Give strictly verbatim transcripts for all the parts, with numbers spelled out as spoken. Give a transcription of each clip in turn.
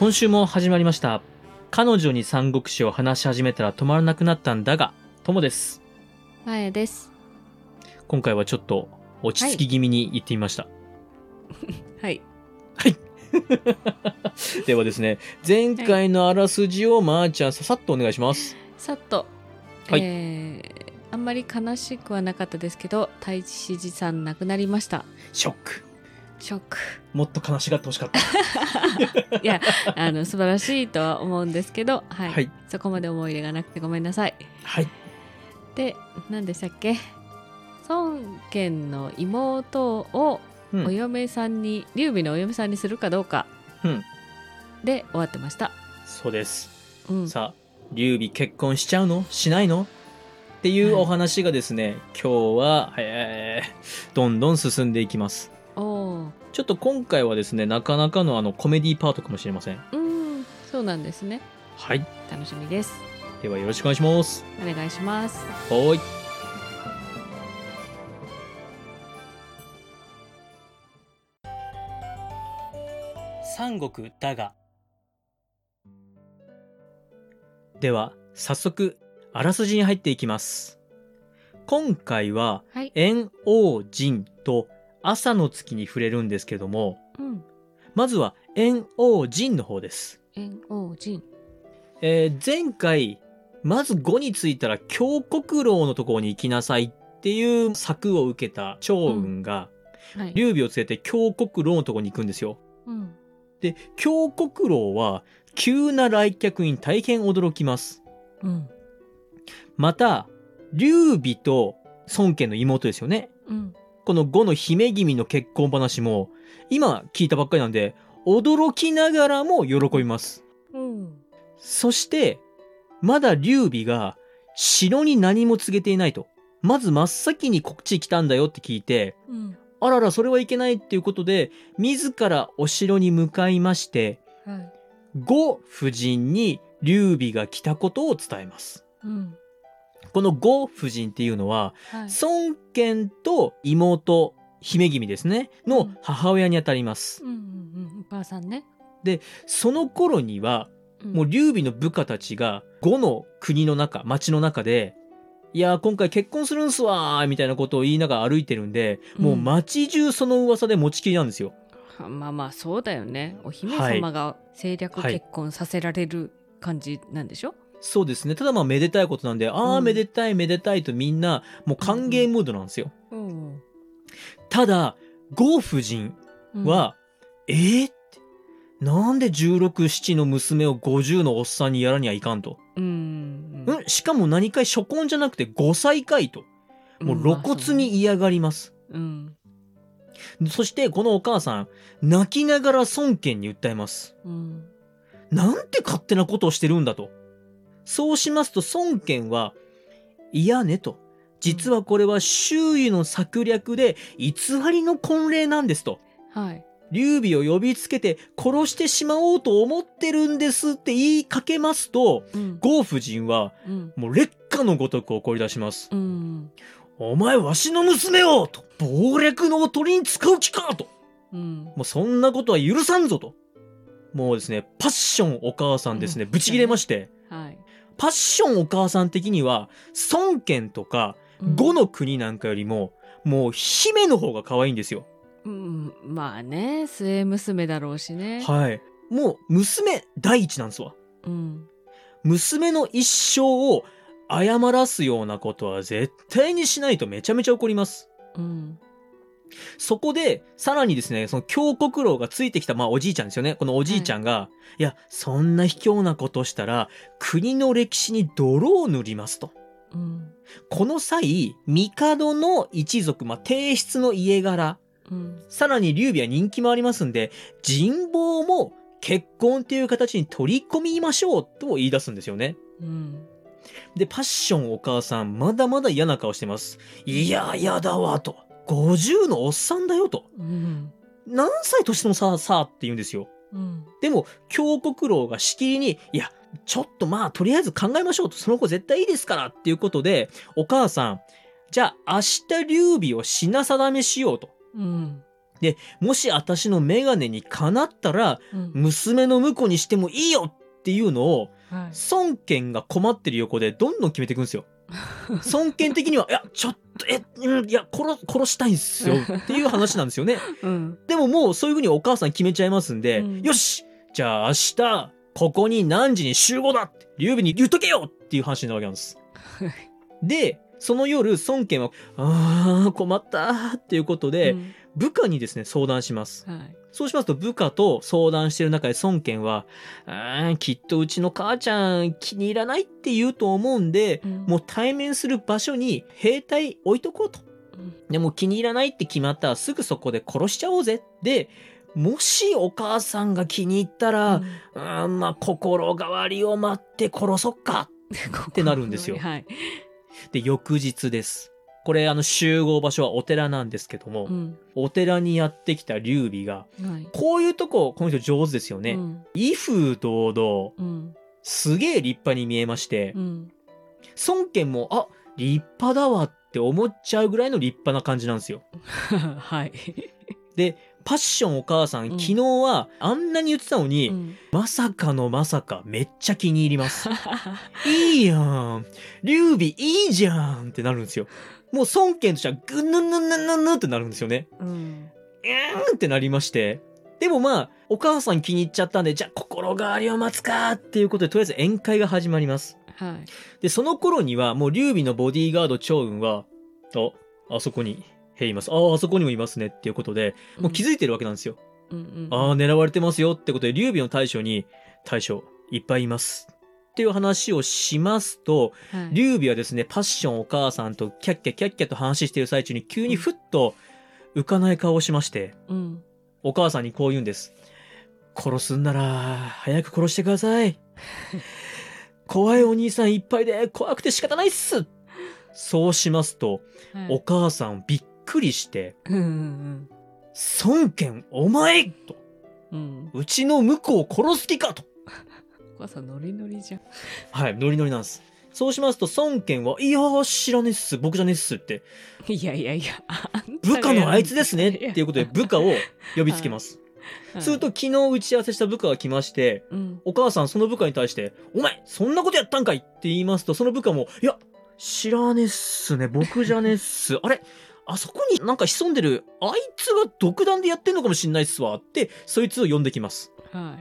今週も始まりました。彼女に三国志を話し始めたら止まらなくなったんだが、ともです。 まえです。 今回はちょっと落ち着き気味に言ってみました。 はい。 はい。ではですね、前回のあらすじをまーちゃんささっとお願いします。 さっと、 はい、 えー、あんまり悲しくはなかったですけど、太子寺さん亡くなりました。 ショック。 ショック。 もっと悲しがってほしかった。 いや、あの素晴らしいとは思うんですけど、はい、 はい、 そこまで思い入れがなくてごめんなさい。 はい。 で、何でしたっけ？孫権の妹をお嫁さんに、劉備のお嫁さんにするかどうか、うん、で終わってました。 そうです。 うん、 さあ、劉備結婚しちゃうの？しないの？っていうお話がですね、はい、今日は、えー、どんどん進んでいきます。 おちょっと今回はですね、なかなかのあのコメディパートかもしれません。 うん、そうなんですね。 はい。 楽しみです。 ではよろしくお願いします。 お願いします。 はい。三国だが。では早速あらすじに入っていきます。今回は円王陣と朝の月に触れるんですけども、うん、まずは円王陣の方です。 円王陣、 えー、前回まずごに着いたら京国楼のところに行きなさいっていう策を受けた趙雲が、うんはい、劉備を連れて京国楼のところに行くんですよ。うん、で京国楼は急な来客に大変驚きます。うん、また劉備と孫権の妹ですよね、うん、この呉の姫君の結婚話も今聞いたばっかりなんで驚きながらも喜びます。うん、そしてまだ劉備が城に何も告げていないと、まず真っ先にこっち来たんだよって聞いて、うん、あららそれはいけないっていうことで自らお城に向かいまして、はい、呉夫人に劉備が来たことを伝えます。うん、この呉夫人っていうのは、はい、孫権と妹姫君ですねの母親にあたります。うんうんうん、 お母さんね。 でその頃にはもう劉備の部下たちが呉の国の中町の中で、いや今回結婚するんすわーみたいなことを言いながら歩いてるんで、うん、もう町中その噂で持ちきりなんですよ。 まあまあそうだよね。お姫様が政略結婚させられる感じなんでしょ、はいはい、 そうですね。ただまあめでたいことなんで、ああ、うん、めでたいめでたいとみんなもう歓迎ムードなんですよ。うんうん、ただ呉夫人は、うん、えー、ってなんでじゅうろく、ななの娘をごじゅうのおっさんにやらにはいかんと。うん、うん、しかも何か初婚じゃなくてごさいかいと。もう露骨に嫌がります。うんうん、そしてこのお母さん泣きながら孫権に訴えます。うん、なんて勝手なことをしてるんだと。そうしますと孫権は、いやねと。実はこれは周囲の策略で偽りの婚礼なんですと。はい。劉備を呼びつけて殺してしまおうと思ってるんですって言いかけますと、うん、呉夫人は、うん、もう烈火のごとく怒り出します。うん、お前わしの娘をと謀略の鳥に使う気かと、うん、もうそんなことは許さんぞと。もうですね、パッションお母さんですね、うん、ブチ切れまして、はい、パッションお母さん的には孫権とか呉の国なんかよりも、うん、もう姫の方が可愛いんですよ。 うん、まあね、末娘だろうしね。 はい。もう娘第一なんですわ。うん。娘の一生を謝らすようなことは絶対にしないとめちゃめちゃ怒ります。うん。そこで、さらにですね、その京国楼がついてきた、まあおじいちゃんですよね。このおじいちゃんが、はい、いや、そんな卑怯なことしたら、国の歴史に泥を塗りますと。うん。この際、帝の一族、まあ帝室の家柄、うん、さらに劉備は人気もありますんで、人望も結婚っていう形に取り込みましょうと言い出すんですよね。うん、で、パッションお母さん、まだまだ嫌な顔してます。いや、やだわ、と。ごじゅうのおっさんだよ、と。うん、何歳年の差さ、って言うんですよ。うん、でも、京国楼がしきりに、いや、ちょっとまあ、とりあえず考えましょうと。その子絶対いいですから、っていうことで、お母さん、じゃあ明日劉備を品定めしようと。うん、 でもし私の眼鏡にかなったら、うん、娘の婿にしてもいいよっていうのを、はい、孫権が困ってる横でどんどん決めていくんですよ。孫権的にはいやちょっとえ、うん、いや 殺, 殺したいんすよっていう話なんですよね、うん、でももうそういう風にお母さん決めちゃいますんで、うん、よしじゃあ明日ここに何時に集合だって劉備に言っとけよっていう話になるわけなんですでその夜孫権はあー困ったっていうことで、うん、部下にですね相談します、はい、そうしますと部下と相談してる中で孫権はあきっとうちの母ちゃん気に入らないって言うと思うんで、うん、もう対面する場所に兵隊置いとこうと、うん、でも気に入らないって決まったらすぐそこで殺しちゃおうぜでもしお母さんが気に入ったら、うん、あまあ心変わりを待って殺そっかってなるんですよ、はい、で翌日です。これあの集合場所はお寺なんですけども、うん、お寺にやってきた劉備が、はい、こういうとここの人上手ですよね、うん、威風堂々、うん、すげえ立派に見えまして、うん、孫権もあ立派だわって思っちゃうぐらいの立派な感じなんですよはいでパッションお母さん、うん、昨日はあんなに言ってたのに、うん、まさかのまさかめっちゃ気に入りますいいやん劉備いいじゃんってなるんですよ。もう孫権としてはぐぬぬぬぬぬってなるんですよね、うん、うーんってなりまして、でもまあお母さん気に入っちゃったんでじゃあ心変わりを待つかっていうことでとりあえず宴会が始まります、はい、でその頃にはもう劉備のボディーガード趙雲はああそこにへいますあああそこにもいますねっていうことでもう気づいてるわけなんですよ、うんうんうん、ああ狙われてますよってことで劉備の大将に大将いっぱいいますっていう話をしますと、はい、劉備はですねパッションお母さんとキャッキャキャッキャと話している最中に急にふっと浮かない顔をしまして、うん、お母さんにこう言うんです。殺すんなら早く殺してください怖いお兄さんいっぱいで怖くて仕方ないっす。そうしますと、はい、お母さんびっくりして、うんうんうん、孫権お前と、うん、うちの婿を殺す気かとお母さんノリノリじゃん。 はいノリノリなんです。そうしますと孫権はいやー知らねえっす僕じゃねえっすっていやいやいや部下のあいつですねっていうことで部下を呼びつけます、はい、すると昨日打ち合わせした部下が来まして、うん、お母さんその部下に対してお前そんなことやったんかいって言いますとその部下もいや知らねえっすね僕じゃねえっすあれあそこになんか潜んでるあいつが独断でやってんのかもしんないっすわってそいつを呼んできます、はい、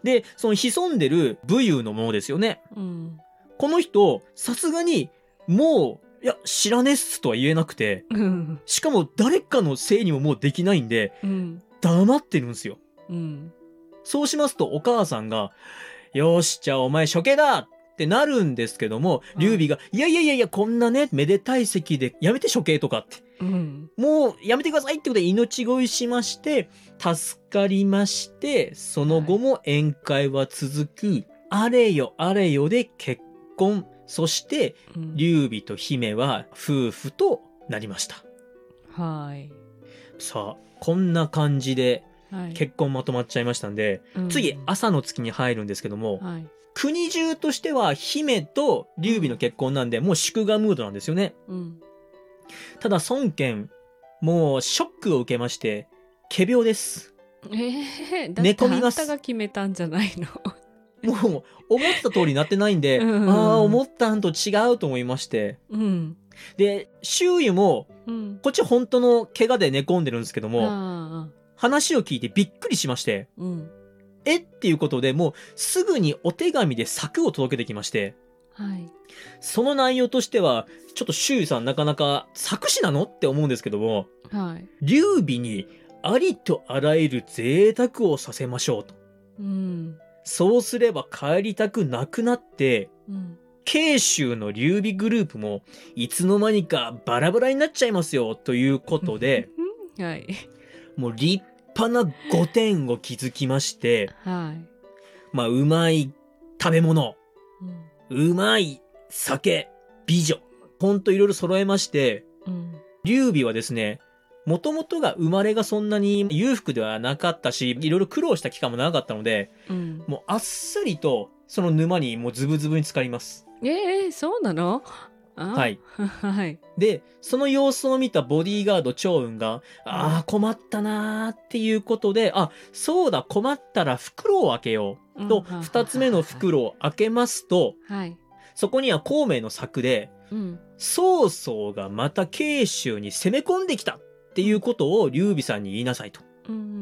でその潜んでる武勇のものですよね、うん、この人さすがにもういや知らねえっすとは言えなくて、うん、しかも誰かのせいにももうできないんで、うん、黙ってるんですよ、うん、そうしますとお母さんがよしじゃあお前処刑だってなるんですけども、劉備がいやいやいやいやこんなねめでたい席でやめて処刑とかって、うん、もうやめてくださいってことで命乞いしまして助かりまして、その後も宴会は続く、はい、あれよあれよで結婚、そして劉備と姫は夫婦となりました、はい。さあこんな感じで結婚まとまっちゃいましたんで、はい、次朝の月に入るんですけども、はい、国中としては姫と劉備の結婚なんでもう祝賀ムードなんですよね、うん、ただ孫権もうショックを受けまして仮病です。 えー、だってあんたが決めたんじゃないのもう思った通りになってないんで、うん、ああ思ったんと違うと思いまして、うん、で周囲も、うん、こっち本当の怪我で寝込んでるんですけども、話を聞いてびっくりしまして、うん、えっていうことでもうすぐにお手紙で策を届けてきまして、はい、その内容としてはちょっと周囲さんなかなか策士なのって思うんですけども、はい、劉備にありとあらゆる贅沢をさせましょうと、うん、そうすれば帰りたくなくなって、うん、慶州の劉備グループもいつの間にかバラバラになっちゃいますよということで、はい、もう立派な御殿を築きまして、はい、まあうまい食べ物、うん、うまい酒、美女、ほんといろいろ揃えまして、うん、劉備はですねもともとが生まれがそんなに裕福ではなかったし、いろいろ苦労した期間も長かったので、うん、もうあっさりとその沼にもうズブズブに浸かります。 えー、そうなの？ はい。 はい。 で、その様子を見たボディーガード趙雲が、ああ、困ったなーっていうことで、あ、そうだ、困ったら袋を開けよう。と、二つ目の袋を開けますと、 はい。 そこには孔明の策で、うん、曹操がまた慶州に攻め込んできたっていうことを劉備さんに言いなさいと。うんうんうん、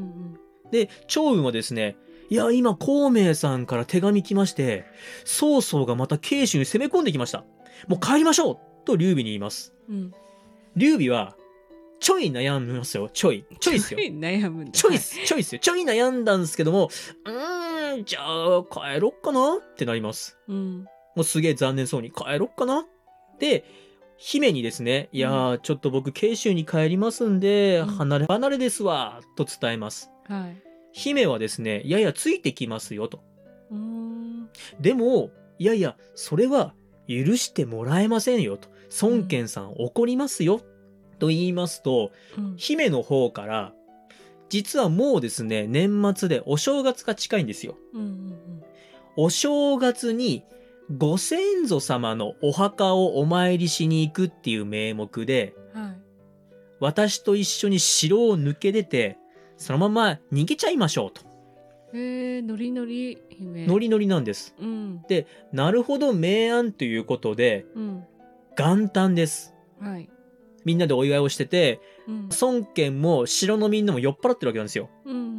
で、趙雲はですね、いや、今、孔明さんから手紙来まして、曹操がまた慶州に攻め込んできました。もう帰りましょうと劉備に言います。うん、劉備は、ちょい悩みますよ。ちょい。ちょいっすよ。 ちょい悩むんだ。 ちょいっす。ちょいっすよ。ちょい悩んだんですけども、うーん、じゃあ、帰ろっかなってなります。うん、もうすげえ残念そうに、帰ろっかなで、姫にですね、いやー、うん、ちょっと僕、慶州に帰りますんで、うん、離れ離れですわ、と伝えます。はい。姫はですね、いやいや、ついてきますよ、と。うーん。でも、いやいや、それは許してもらえませんよ、と。孫権さん、怒りますよ、と言いますと、うん、姫の方から、実はもうですね、年末でお正月が近いんですよ。うんうんうん、お正月に、ご先祖様のお墓をお参りしに行くっていう名目で、はい、私と一緒に城を抜け出て、そのまま逃げちゃいましょうと。 へえ、ノリノリ姫。 ノリノリなんです。うん、で、なるほど明暗ということで、うん、元旦です。はい。みんなでお祝いをしてて、うん、孫権も城のみんなも酔っ払ってるわけなんですよ。うんうんうん、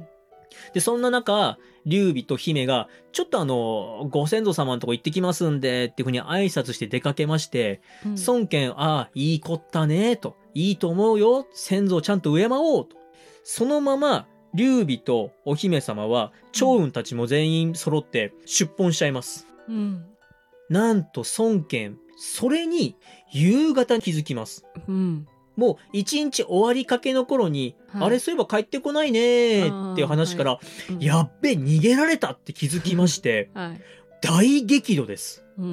で、そんな中、劉備と姫が、ちょっとあの、ご先祖様のとこ行ってきますんで、っていうふうに挨拶して出かけまして、うん、孫権、ああ、いいこったね、と。いいと思うよ。先祖をちゃんと敬おう、と。そのまま、劉備とお姫様は、趙雲たちも全員揃って出奔しちゃいます。うん、なんと孫権、それに夕方に気づきます。うん、もう一日終わりかけの頃に、はい、あれそういえば帰ってこないねーっていう話から、はいうん、やっべ逃げられたって気づきまして、はい、大激怒です。うん、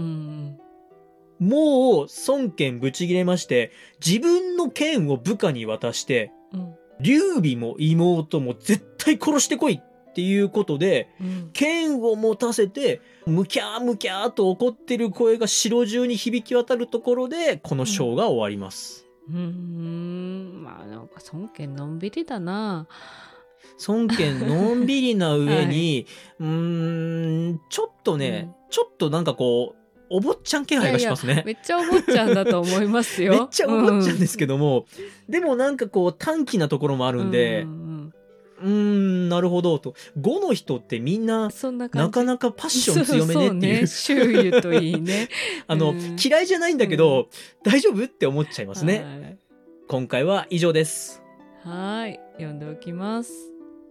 もう孫権ぶち切れまして、自分の剣を部下に渡して、うん、劉備も妹も絶対殺してこいっていうことで、うん、剣を持たせて、むきゃーむきゃーと怒ってる声が城中に響き渡るところで、この章が終わります。 うん、うーん、まあなんか孫権のんびりだな。 孫権のんびりな上に、はい、うーん、ちょっとね、うん、ちょっとなんかこう、お坊ちゃん気配がしますね。いやいやめっちゃお坊ちゃんだと思いますよ。 めっちゃお坊ちゃんですけども、うん、でもなんかこう短気なところもあるんで、うんうんうーん、なるほどと。ごの人ってみんな、なかなかパッション強めねっていう。 そうね、周囲といいね。 あの、うん、嫌いじゃないんだけど、うん、大丈夫って思っちゃいますね。今回は以上です。 はい、読んでおきます。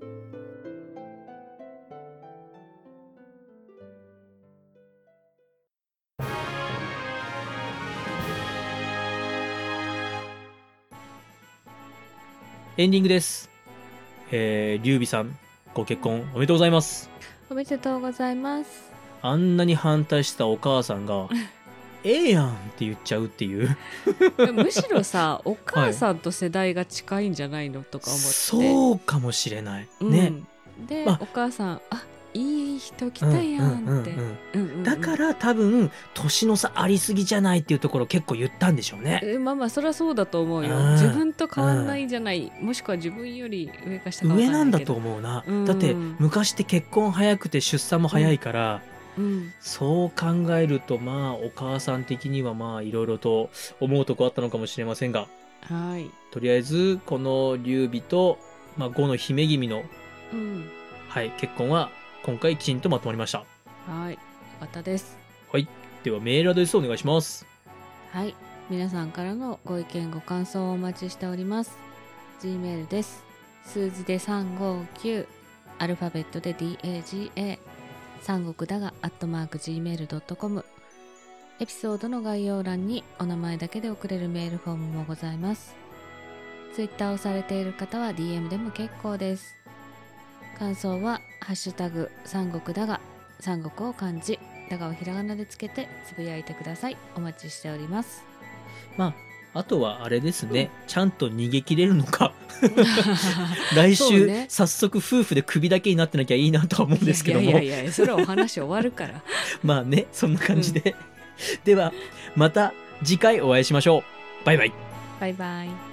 エンディングです。えー、劉備さん、ご結婚おめでとうございます。 おめでとうございます。 あんなに反対したお母さんが、ええやんって言っちゃうっていう。 むしろさ、お母さんと世代が近いんじゃないのとか思って。 そうかもしれない。ね。 うん、で、まあ、お母さん、あ、いい人来たやんって。 だから多分、年の差ありすぎじゃないっていうところ結構言ったんでしょうね。 えまあまあ、そりゃそうだと思うよ。自分と変わんないじゃない。もしくは自分より上か下か分かんないけど。 上なんだと思うな。だって、昔って結婚早くて出産も早いから、うん、そう考えるとまあお母さん的にはまあいろいろと思うとこあったのかもしれませんが、はい、とりあえずこの劉備と、まあ、呉の姫君の、うんはい、結婚は今回きちんとまとまりました。 はい、よかったです。 はい、ではメールアドレスお願いします。 はい、皆さんからのご意見ご感想をお待ちしております。 Gmail です。数字でさんごきゅう、アルファベットで ダガ 三国だがアットマーク ジーメールドットコム。 エピソードの概要欄にお名前だけで送れるメールフォームもございます。ツイッターをされている方は ディーエム でも結構です。感想はハッシュタグ三国だが、三国を漢字、だがをひらがなでつけてつぶやいてください。お待ちしております。 まああとはあれですね、うん、ちゃんと逃げ切れるのか来週、ね、早速夫婦で首だけになってなきゃいいなとは思うんですけども、 いやいやいやそれはお話終わるからまあね、そんな感じで、うん、ではまた次回お会いしましょう。バイバイ。 バイバイ。